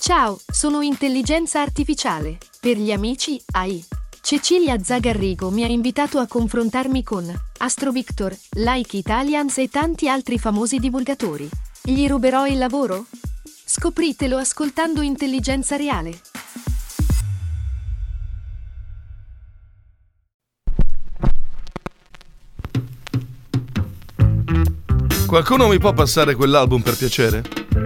Ciao, sono intelligenza artificiale. Per gli amici, AI. Cecilia Zagarrigo mi ha invitato a confrontarmi con Astro Victor, Like Italians e tanti altri famosi divulgatori. Gli ruberò il lavoro? Scopritelo ascoltando Intelligenza Reale. Qualcuno mi può passare quell'album per piacere?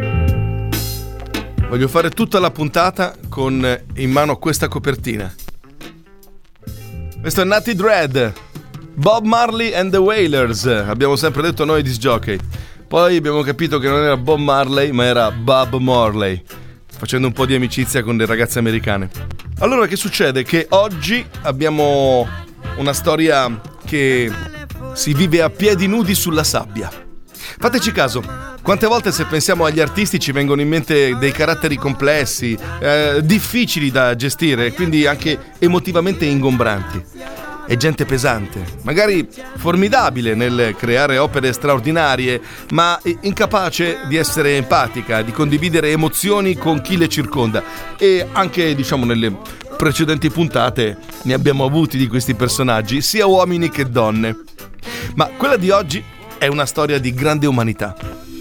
Voglio fare tutta la puntata con in mano questa copertina. Questo è Natty Dread, Bob Marley and the Wailers. Abbiamo sempre detto noi disc jockey. Poi abbiamo capito che non era Bob Marley, ma era Bob Marley, facendo un po' di amicizia con le ragazze americane. Allora, che succede? Che oggi abbiamo una storia che si vive a piedi nudi sulla sabbia. Fateci caso, quante volte se pensiamo agli artisti ci vengono in mente dei caratteri complessi, difficili da gestire, quindi anche emotivamente ingombranti. È gente pesante, magari formidabile nel creare opere straordinarie, ma incapace di essere empatica, di condividere emozioni con chi le circonda. E anche, diciamo, nelle precedenti puntate ne abbiamo avuti di questi personaggi, sia uomini che donne. Ma quella di oggi è una storia di grande umanità.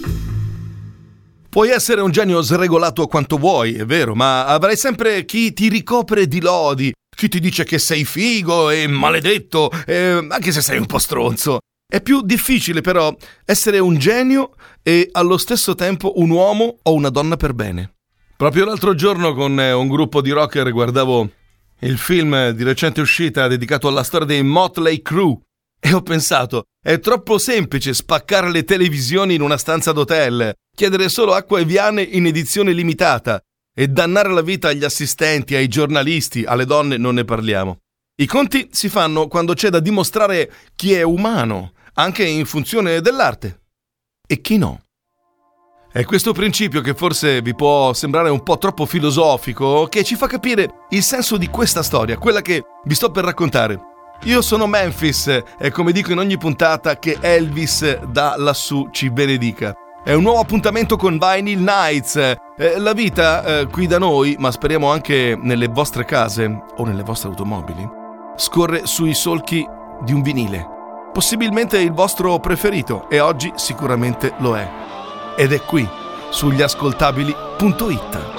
Puoi essere un genio sregolato quanto vuoi, è vero, ma avrai sempre chi ti ricopre di lodi, chi ti dice che sei figo e maledetto, anche se sei un po' stronzo. È più difficile però essere un genio e allo stesso tempo un uomo o una donna per bene. Proprio l'altro giorno con un gruppo di rocker guardavo il film di recente uscita dedicato alla storia dei Motley Crue e ho pensato, è troppo semplice spaccare le televisioni in una stanza d'hotel, chiedere solo acqua e viane in edizione limitata e dannare la vita agli assistenti, ai giornalisti, alle donne non ne parliamo. I conti si fanno quando c'è da dimostrare chi è umano, anche in funzione dell'arte, e chi no. È questo principio che forse vi può sembrare un po' troppo filosofico, che ci fa capire il senso di questa storia, quella che vi sto per raccontare. Io sono Memphis e come dico in ogni puntata che Elvis da lassù ci benedica. È un nuovo appuntamento con Vinyl Nights. La vita qui da noi, ma speriamo anche nelle vostre case o nelle vostre automobili, scorre sui solchi di un vinile. Possibilmente il vostro preferito e oggi sicuramente lo è. Ed è qui, sugli ascoltabili.it.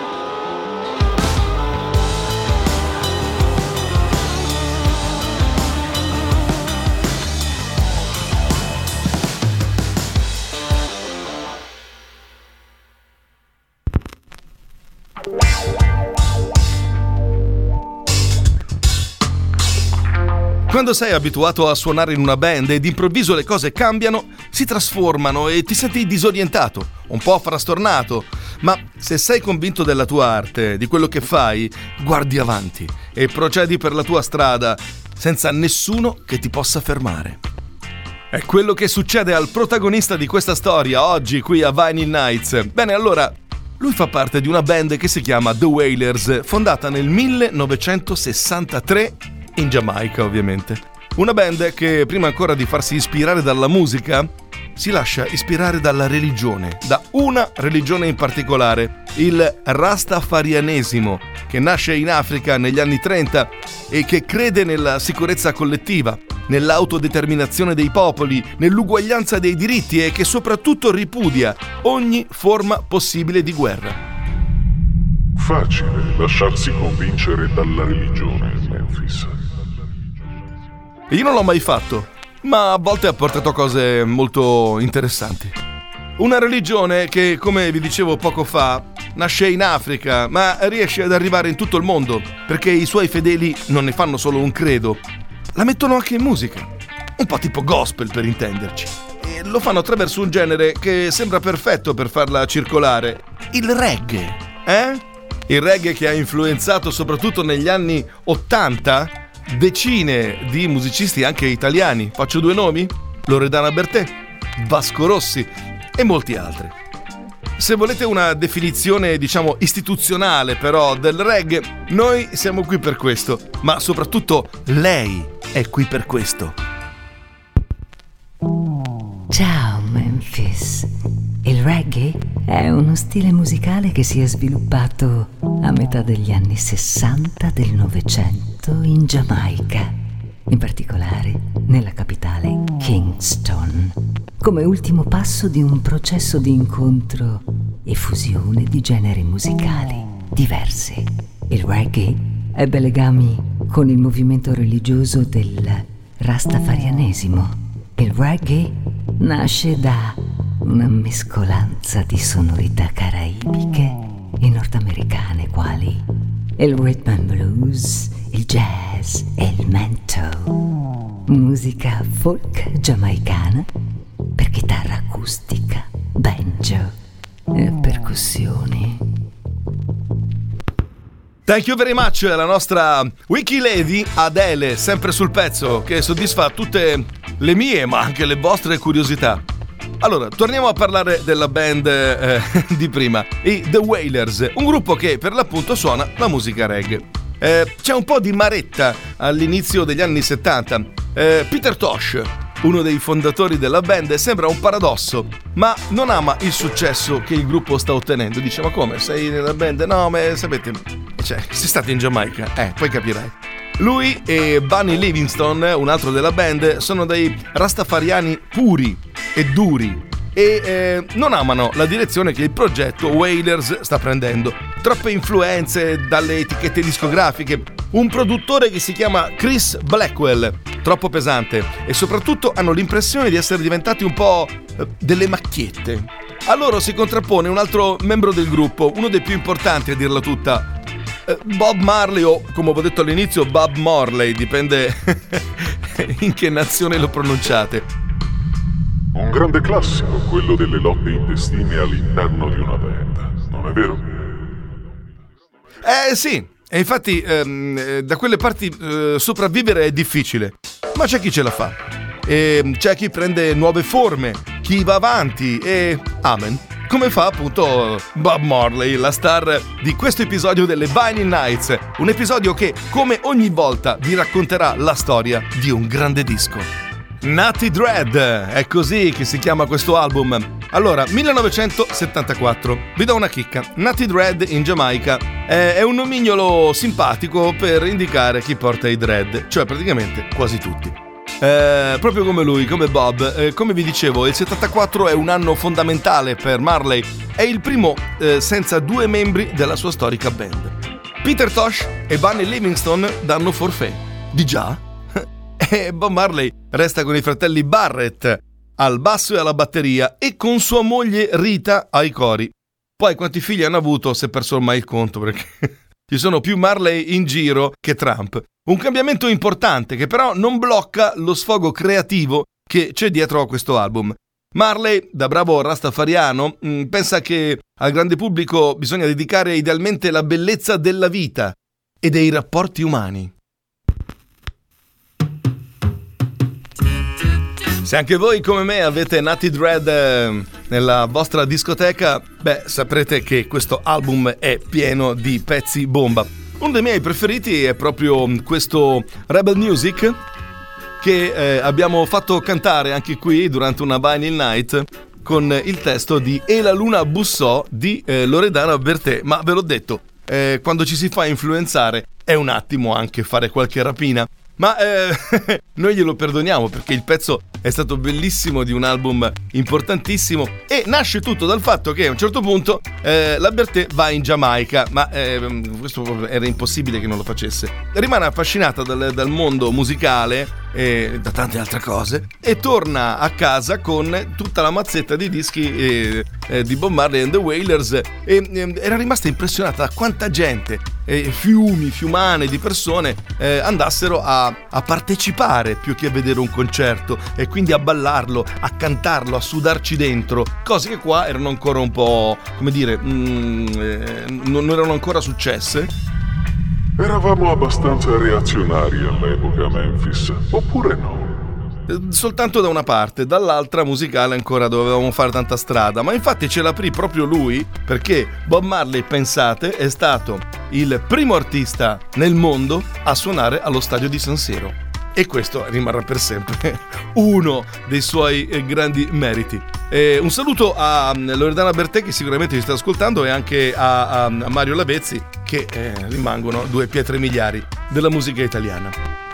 Quando sei abituato a suonare in una band e d'improvviso le cose cambiano, si trasformano e ti senti disorientato, un po' frastornato. Ma se sei convinto della tua arte, di quello che fai, guardi avanti e procedi per la tua strada senza nessuno che ti possa fermare. È quello che succede al protagonista di questa storia oggi qui a Vinyl Nights. Bene, allora, lui fa parte di una band che si chiama The Wailers, fondata nel 1963 in Giamaica, ovviamente. Una band che prima ancora di farsi ispirare dalla musica si lascia ispirare dalla religione, da una religione in particolare, il Rastafarianesimo, che nasce in Africa negli anni 30 e che crede nella sicurezza collettiva, nell'autodeterminazione dei popoli, nell'uguaglianza dei diritti e che soprattutto ripudia ogni forma possibile di guerra. Facile lasciarsi convincere dalla religione, Memphis. Io non l'ho mai fatto, ma a volte ha portato cose molto interessanti. Una religione che, come vi dicevo poco fa, nasce in Africa, ma riesce ad arrivare in tutto il mondo, perché i suoi fedeli non ne fanno solo un credo, la mettono anche in musica, un po' tipo gospel per intenderci. E lo fanno attraverso un genere che sembra perfetto per farla circolare, il reggae, Il reggae che ha influenzato soprattutto negli anni 80 decine di musicisti anche italiani. Faccio due nomi? Loredana Bertè, Vasco Rossi e molti altri. Se volete una definizione, diciamo, istituzionale però del reggae, noi siamo qui per questo, ma soprattutto lei è qui per questo. Ciao Memphis, il reggae è uno stile musicale che si è sviluppato a metà degli anni 60 del Novecento in Giamaica, in particolare nella capitale Kingston, come ultimo passo di un processo di incontro e fusione di generi musicali diversi. Il reggae ebbe legami con il movimento religioso del rastafarianesimo. Il reggae nasce da una mescolanza di sonorità caraibiche e nordamericane quali il rhythm and blues, il jazz e il mento, musica folk giamaicana per chitarra acustica, banjo e percussioni. Thank you very much, la nostra Wiki Lady Adele, sempre sul pezzo, che soddisfa tutte le mie ma anche le vostre curiosità. Allora, torniamo a parlare della band di prima, i The Wailers, un gruppo che per l'appunto suona la musica reggae. C'è un po' di maretta all'inizio degli anni 70. Peter Tosh, uno dei fondatori della band, sembra un paradosso, ma non ama il successo che il gruppo sta ottenendo. Dice: ma come, sei nella band? No, ma sapete, cioè, sei stato in Giamaica, poi capirai. Lui e Bunny Livingston, un altro della band, sono dei rastafariani puri e duri e non amano la direzione che il progetto Wailers sta prendendo. Troppe influenze dalle etichette discografiche, un produttore che si chiama Chris Blackwell, troppo pesante, e soprattutto hanno l'impressione di essere diventati un po' delle macchiette. A loro si contrappone un altro membro del gruppo, uno dei più importanti a dirla tutta, Bob Marley, o come ho detto all'inizio Bob Marley, dipende in che nazione lo pronunciate. Un grande classico, quello delle lotte intestine all'interno di una band, non è vero? Sì, e infatti da quelle parti sopravvivere è difficile, ma c'è chi ce la fa, e c'è chi prende nuove forme, chi va avanti e amen, come fa appunto Bob Marley, la star di questo episodio delle Vinyl Nights, un episodio che come ogni volta vi racconterà la storia di un grande disco. Natty Dread, è così che si chiama questo album. Allora, 1974, vi do una chicca. Natty Dread in Giamaica è un nomignolo simpatico per indicare chi porta i dread, cioè praticamente quasi tutti. Proprio come lui, come Bob. Come vi dicevo, il 74 è un anno fondamentale per Marley. È il primo senza due membri della sua storica band. Peter Tosh e Bunny Livingston danno forfait. Di già? E Bob Marley resta con i fratelli Barrett al basso e alla batteria e con sua moglie Rita ai cori. Poi quanti figli hanno avuto si è perso ormai il conto, perché ci sono più Marley in giro che Trump. Un cambiamento importante che però non blocca lo sfogo creativo che c'è dietro a questo album. Marley, da bravo rastafariano, pensa che al grande pubblico bisogna dedicare idealmente la bellezza della vita e dei rapporti umani. Se anche voi come me avete Natty Dread nella vostra discoteca, saprete che questo album è pieno di pezzi bomba. Uno dei miei preferiti è proprio questo Rebel Music, che abbiamo fatto cantare anche qui durante una Vinyl Night con il testo di E la luna bussò di Loredana Bertè. Ma ve l'ho detto, quando ci si fa influenzare è un attimo anche fare qualche rapina. Ma noi glielo perdoniamo perché il pezzo è stato bellissimo, di un album importantissimo, e nasce tutto dal fatto che a un certo punto la Bertè va in Giamaica, ma questo era impossibile che non lo facesse. Rimane affascinata dal mondo musicale e da tante altre cose e torna a casa con tutta la mazzetta di dischi di Bob Marley and the Wailers e era rimasta impressionata da quanta gente, fiumane di persone andassero a partecipare più che a vedere un concerto, e quindi a ballarlo, a cantarlo, a sudarci dentro, cose che qua erano ancora un po', come dire, non erano ancora successe. Eravamo abbastanza reazionari all'epoca a Memphis, oppure no? Soltanto da una parte, dall'altra musicale ancora dovevamo fare tanta strada, ma infatti ce l'aprì proprio lui, perché Bob Marley, pensate, è stato il primo artista nel mondo a suonare allo stadio di San Siro, e questo rimarrà per sempre uno dei suoi grandi meriti. Un saluto a Loredana Bertè, che sicuramente ci sta ascoltando, e anche a Mario Lavezzi, che rimangono due pietre miliari della musica italiana.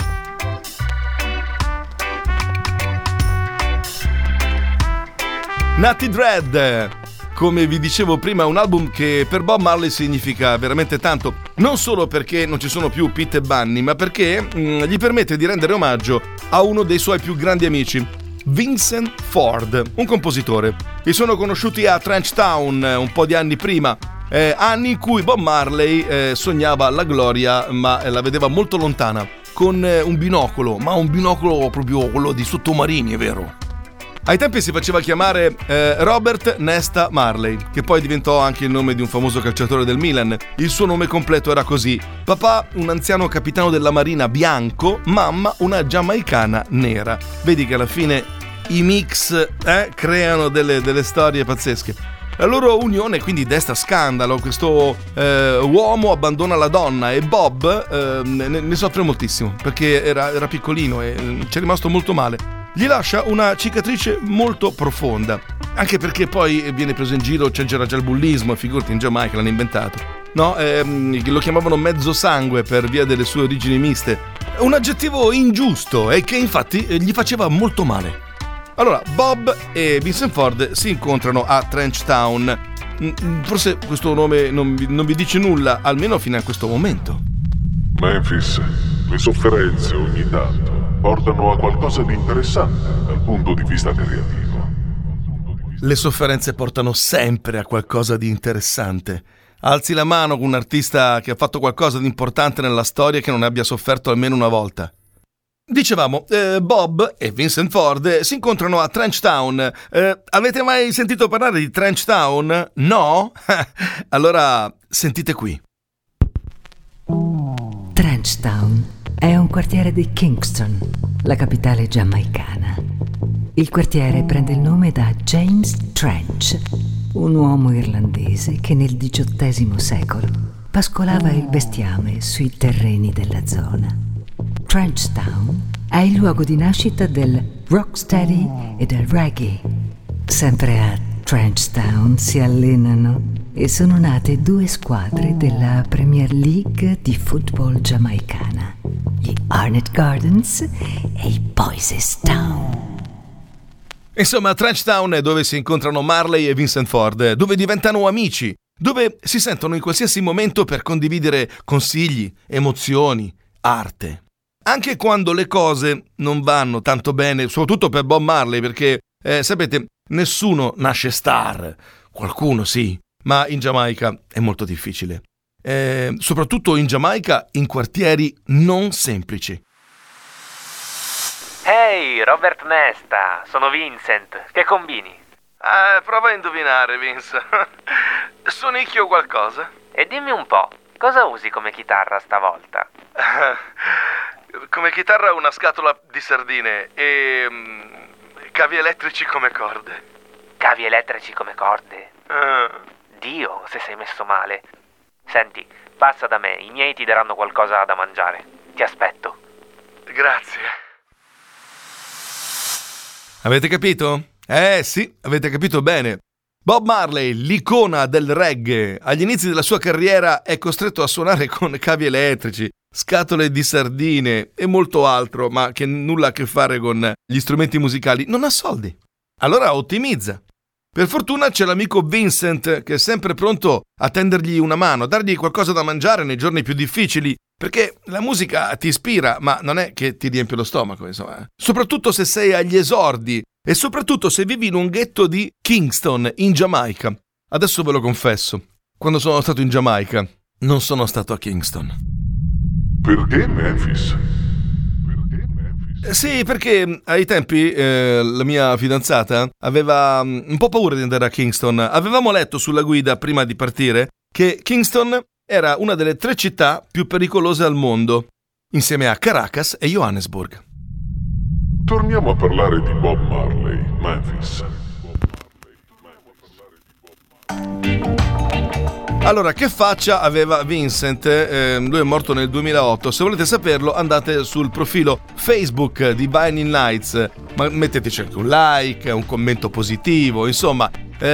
Natty Dread, come vi dicevo prima, è un album che per Bob Marley significa veramente tanto, non solo perché non ci sono più Pete e Bunny, ma perché gli permette di rendere omaggio a uno dei suoi più grandi amici, Vincent Ford, un compositore. Si sono conosciuti a Trench Town un po' di anni prima, anni in cui Bob Marley sognava la gloria, ma la vedeva molto lontana, con un binocolo, ma un binocolo proprio quello di sottomarini, è vero. Ai tempi si faceva chiamare Robert Nesta Marley, che poi diventò anche il nome di un famoso calciatore del Milan. Il suo nome completo era così: papà un anziano capitano della marina bianco, mamma una giamaicana nera. Vedi che alla fine i mix creano delle storie pazzesche. La loro unione quindi desta scandalo, questo uomo abbandona la donna e Bob ne soffre moltissimo, perché era piccolino e ci è rimasto molto male. Gli lascia una cicatrice molto profonda, anche perché poi viene preso in giro, c'era già il bullismo, figurati, in Giamaica l'hanno inventato. No, lo chiamavano mezzo sangue per via delle sue origini miste. Un aggettivo ingiusto e che infatti gli faceva molto male. Allora, Bob e Vincent Ford si incontrano a Trench Town. Forse questo nome non vi dice nulla, almeno fino a questo momento. Memphis, le sofferenze ogni tanto portano a qualcosa di interessante dal punto di vista creativo. Le sofferenze portano sempre a qualcosa di interessante. Alzi la mano con un artista che ha fatto qualcosa di importante nella storia e che non abbia sofferto almeno una volta. Dicevamo, Bob e Vincent Ford si incontrano a Trench Town. Avete mai sentito parlare di Trench Town? No? Allora sentite qui. Trench Town è un quartiere di Kingston, la capitale giamaicana. Il quartiere prende il nome da James Trench, un uomo irlandese che nel XVIII secolo pascolava il bestiame sui terreni della zona. Trench Town è il luogo di nascita del rocksteady e del reggae. Sempre a Trench Town si allenano e sono nate 2 squadre della Premier League di football giamaicana, gli Arnett Gardens e i Boys Town. Insomma, Trench Town è dove si incontrano Marley e Vincent Ford, dove diventano amici, dove si sentono in qualsiasi momento per condividere consigli, emozioni, arte. Anche quando le cose non vanno tanto bene, soprattutto per Bob Marley, perché, sapete, nessuno nasce star, qualcuno sì, ma in Giamaica è molto difficile. Soprattutto in Giamaica, in quartieri non semplici. Ehi, Robert Nesta, sono Vincent, che combini? Prova a indovinare, Vince. Suonicchio qualcosa? E dimmi un po', cosa usi come chitarra stavolta? Come chitarra una scatola di sardine e cavi elettrici come corde. Cavi elettrici come corde? Dio, se sei messo male. Senti, passa da me, i miei ti daranno qualcosa da mangiare. Ti aspetto. Grazie. Avete capito? Sì, avete capito bene. Bob Marley, l'icona del reggae, agli inizi della sua carriera è costretto a suonare con cavi elettrici, scatole di sardine e molto altro, ma che nulla a che fare con gli strumenti musicali. Non ha soldi. Allora ottimizza. Per fortuna c'è l'amico Vincent che è sempre pronto a tendergli una mano, a dargli qualcosa da mangiare nei giorni più difficili, perché la musica ti ispira, ma non è che ti riempie lo stomaco, insomma. Soprattutto se sei agli esordi e soprattutto se vivi in un ghetto di Kingston, in Giamaica. Adesso ve lo confesso, quando sono stato in Giamaica non sono stato a Kingston. Perché Memphis? Sì, perché ai tempi la mia fidanzata aveva un po' paura di andare a Kingston. Avevamo letto sulla guida prima di partire che Kingston era una delle 3 città più pericolose al mondo, insieme a Caracas e Johannesburg. Torniamo a parlare di Bob Marley, Memphis. Allora, che faccia aveva Vincent? Lui è morto nel 2008. Se volete saperlo, andate sul profilo Facebook di Vinyl Nights, ma metteteci anche un like, un commento positivo, insomma,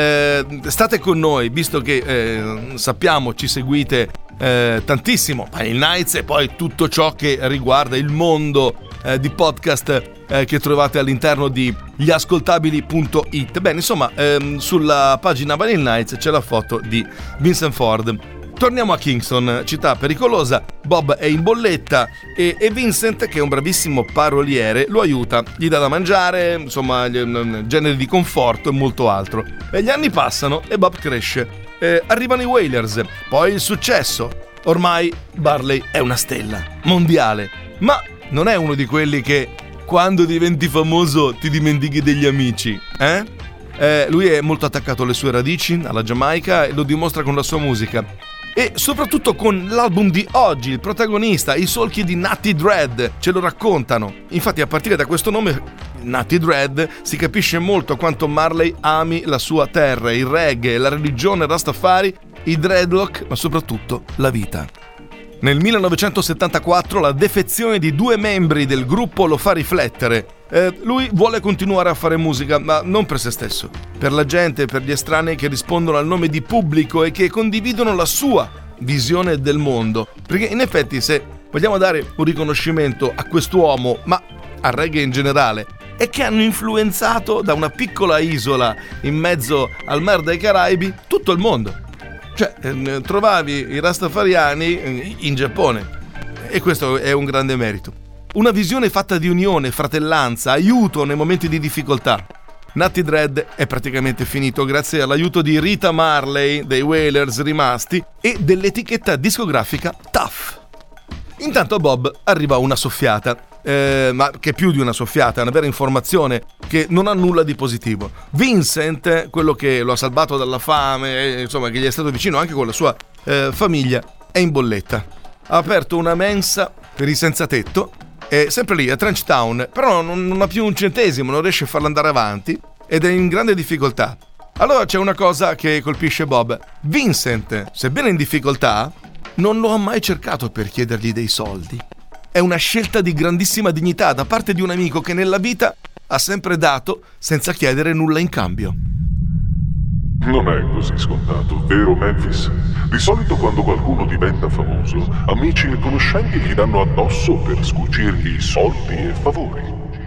state con noi, visto che sappiamo ci seguite tantissimo Vinyl Nights e poi tutto ciò che riguarda il mondo di podcast che trovate all'interno di gliascoltabili.it. Bene, insomma, sulla pagina Vinyl Nights c'è la foto di Vincent Ford. Torniamo a Kingston, città pericolosa. Bob è in bolletta e Vincent, che è un bravissimo paroliere, lo aiuta, gli dà da mangiare, insomma, generi di conforto e molto altro. E gli anni passano e Bob cresce. Arrivano i Wailers, poi il successo. Ormai Marley è una stella mondiale, ma non è uno di quelli che quando diventi famoso ti dimentichi degli amici, lui è molto attaccato alle sue radici, alla Giamaica, e lo dimostra con la sua musica. E soprattutto con l'album di oggi, il protagonista, i solchi di Natty Dread ce lo raccontano. Infatti a partire da questo nome, Natty Dread, si capisce molto quanto Marley ami la sua terra, il reggae, la religione Rastafari, i dreadlock, ma soprattutto la vita. Nel 1974 la defezione di 2 membri del gruppo lo fa riflettere. Lui vuole continuare a fare musica, ma non per se stesso, per la gente, per gli estranei che rispondono al nome di pubblico e che condividono la sua visione del mondo. Perché in effetti, se vogliamo dare un riconoscimento a quest'uomo, ma al reggae in generale, è che hanno influenzato da una piccola isola in mezzo al Mar dei Caraibi tutto il mondo. Cioè, trovavi i rastafariani in Giappone, e questo è un grande merito. Una visione fatta di unione, fratellanza, aiuto nei momenti di difficoltà. Natty Dread è praticamente finito grazie all'aiuto di Rita Marley, dei Wailers rimasti, e dell'etichetta discografica Tough. Intanto a Bob arriva una soffiata, ma che più di una soffiata, è una vera informazione che non ha nulla di positivo. Vincent, quello che lo ha salvato dalla fame, insomma che gli è stato vicino anche con la sua famiglia, è in bolletta. Ha aperto una mensa per i senza tetto, sempre lì a Trenchtown, però non ha più un centesimo, non riesce a farla andare avanti ed è in grande difficoltà. Allora c'è una cosa che colpisce Bob. Vincent, sebbene in difficoltà, non lo ha mai cercato per chiedergli dei soldi. È una scelta di grandissima dignità da parte di un amico che nella vita ha sempre dato senza chiedere nulla in cambio. Non è così scontato, vero Memphis? Di solito quando qualcuno diventa famoso, amici e conoscenti gli danno addosso per scucirgli soldi e favori.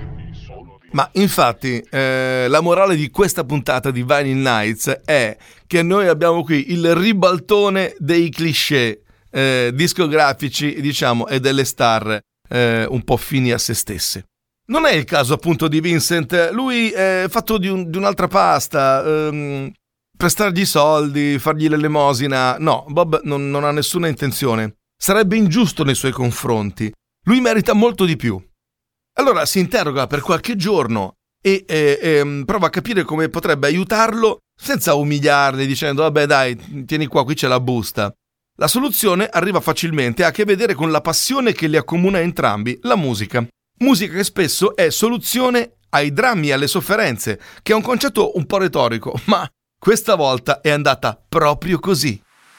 Ma infatti la morale di questa puntata di Vinyl Nights è che noi abbiamo qui il ribaltone dei cliché discografici, diciamo, e delle star un po' fini a se stesse. Non è il caso appunto di Vincent. Lui è fatto di un'altra pasta. Prestargli soldi, fargli l'elemosina, no, Bob non ha nessuna intenzione. Sarebbe ingiusto nei suoi confronti. Lui merita molto di più. Allora si interroga per qualche giorno e prova a capire come potrebbe aiutarlo senza umiliarli dicendo vabbè dai, tieni qua, qui c'è la busta. La soluzione arriva facilmente, ha a che vedere con la passione che li accomuna entrambi, la musica. Musica che spesso è soluzione ai drammi e alle sofferenze, che è un concetto un po' retorico, ma questa volta è andata proprio così.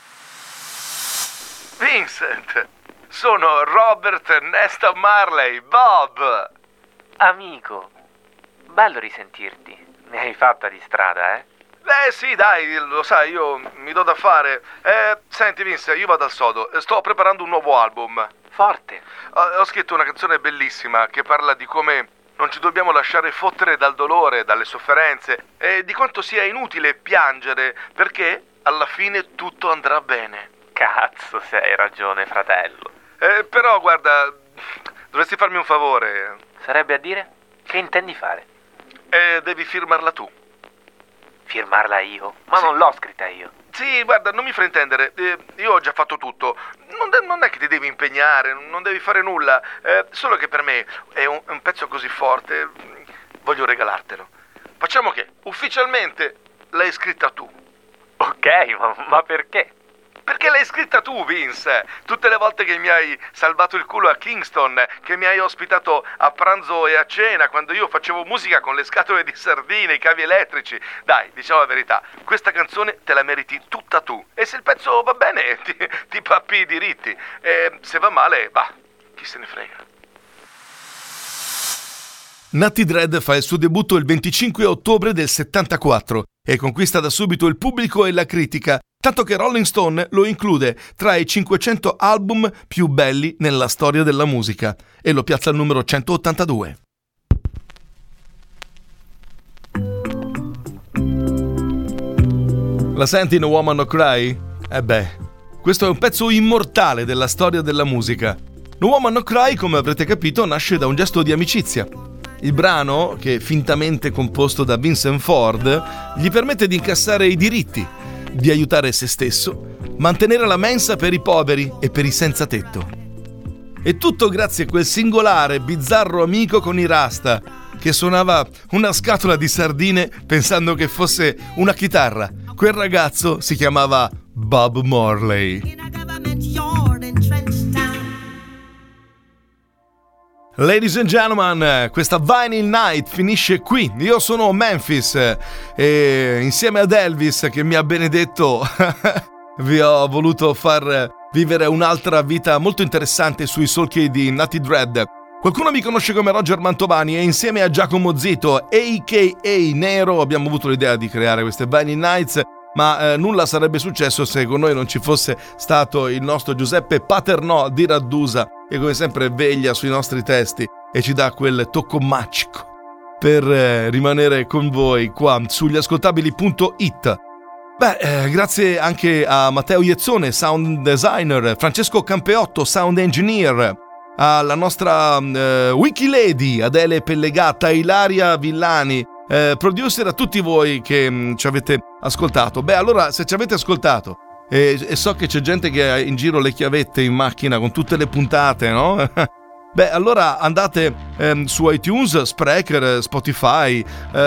Vincent, sono Robert Nesta Marley, Bob! Amico, bello risentirti. Ne hai fatta di strada, eh? Sì, dai, lo sai, io mi do da fare. Senti Vince, io vado al sodo, sto preparando un nuovo album. Forte. Ho scritto una canzone bellissima che parla di come non ci dobbiamo lasciare fottere dal dolore, dalle sofferenze e di quanto sia inutile piangere perché alla fine tutto andrà bene. Cazzo, se hai ragione, fratello. Però guarda, dovresti farmi un favore. Sarebbe a dire? Che intendi fare? Devi firmarla tu. Firmarla io? Ma sì. Non l'ho scritta io. Sì, guarda, non mi fraintendere, io ho già fatto tutto, non è che ti devi impegnare, non devi fare nulla, solo che per me è un pezzo così forte, voglio regalartelo. Facciamo che ufficialmente l'hai scritta tu. Ok, ma perché? Perché l'hai scritta tu, Vince. Tutte le volte che mi hai salvato il culo a Kingston, che mi hai ospitato a pranzo e a cena, quando io facevo musica con le scatole di sardine, i cavi elettrici. Dai, diciamo la verità, questa canzone te la meriti tutta tu. E se il pezzo va bene, ti pappi i diritti. E se va male, bah, chi se ne frega. Natty Dread fa il suo debutto il 25 ottobre del 74 e conquista da subito il pubblico e la critica, tanto che Rolling Stone lo include tra i 500 album più belli nella storia della musica e lo piazza al numero 182. La senti No Woman No Cry? Questo è un pezzo immortale della storia della musica. No Woman No Cry, come avrete capito, nasce da un gesto di amicizia. Il brano, che è fintamente composto da Vincent Ford, gli permette di incassare i diritti, di aiutare se stesso, mantenere la mensa per i poveri e per i senza tetto. E tutto grazie a quel singolare, bizzarro amico con i rasta, che suonava una scatola di sardine pensando che fosse una chitarra. Quel ragazzo si chiamava Bob Marley. Ladies and gentlemen, questa Vinyl Night finisce qui. Io sono Memphis e insieme ad Elvis, che mi ha benedetto, vi ho voluto far vivere un'altra vita molto interessante sui solchi di Natty Dread. Qualcuno mi conosce come Roger Mantovani e insieme a Giacomo Zito, a.k.a. Nero, abbiamo avuto l'idea di creare queste Vinyl Nights, ma nulla sarebbe successo se con noi non ci fosse stato il nostro Giuseppe Paternò di Raddusa, che come sempre veglia sui nostri testi e ci dà quel tocco magico per rimanere con voi qua sugli ascoltabili.it. Grazie anche a Matteo Iezzone, sound designer, Francesco Campeotto, sound engineer, alla nostra wiki lady Adele Pellegata, Ilaria Villani, producer, a tutti voi che ci avete ascoltato. Allora, se ci avete ascoltato e so che c'è gente che ha in giro le chiavette in macchina con tutte le puntate, no? Allora andate su iTunes, Spreaker, Spotify,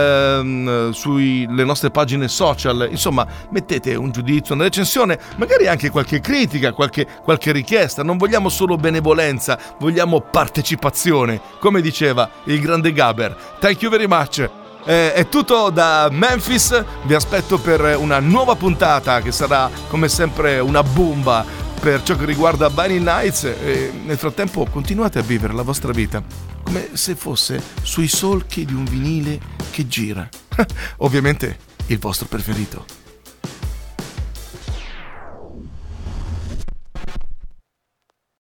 sulle nostre pagine social, insomma mettete un giudizio, una recensione, magari anche qualche critica, qualche richiesta. Non vogliamo solo benevolenza, vogliamo partecipazione, come diceva il grande Gaber. Thank you very much. È tutto da Memphis, vi aspetto per una nuova puntata che sarà come sempre una bomba per ciò che riguarda Vinyl Nights e nel frattempo continuate a vivere la vostra vita come se fosse sui solchi di un vinile che gira. Ovviamente il vostro preferito.